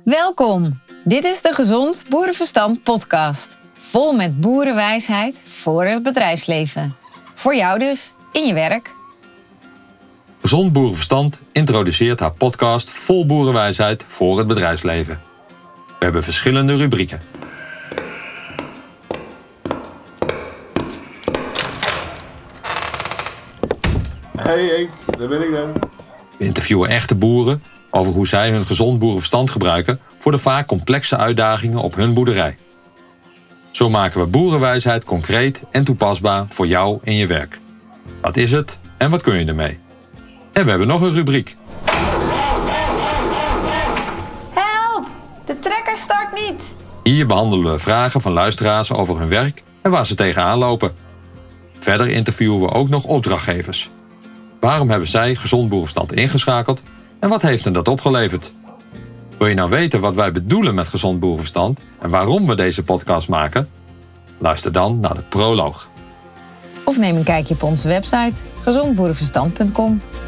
Welkom. Dit is de Gezond Boerenverstand podcast. Vol met boerenwijsheid voor het bedrijfsleven. Voor jou dus, in je werk. Gezond Boerenverstand introduceert haar podcast vol boerenwijsheid voor het bedrijfsleven. We hebben verschillende rubrieken. Hey, daar ben ik dan. We interviewen echte boeren over hoe zij hun gezond boerenverstand gebruiken voor de vaak complexe uitdagingen op hun boerderij. Zo maken we boerenwijsheid concreet en toepasbaar voor jou in je werk. Wat is het en wat kun je ermee? En we hebben nog een rubriek. Help! De trekker start niet. Hier behandelen we vragen van luisteraars over hun werk en waar ze tegenaan lopen. Verder interviewen we ook nog opdrachtgevers. Waarom hebben zij gezond boerenverstand ingeschakeld en wat heeft hen dat opgeleverd? Wil je nou weten wat wij bedoelen met gezond boerenverstand en waarom we deze podcast maken? Luister dan naar de proloog. Of neem een kijkje op onze website gezondboerenverstand.com.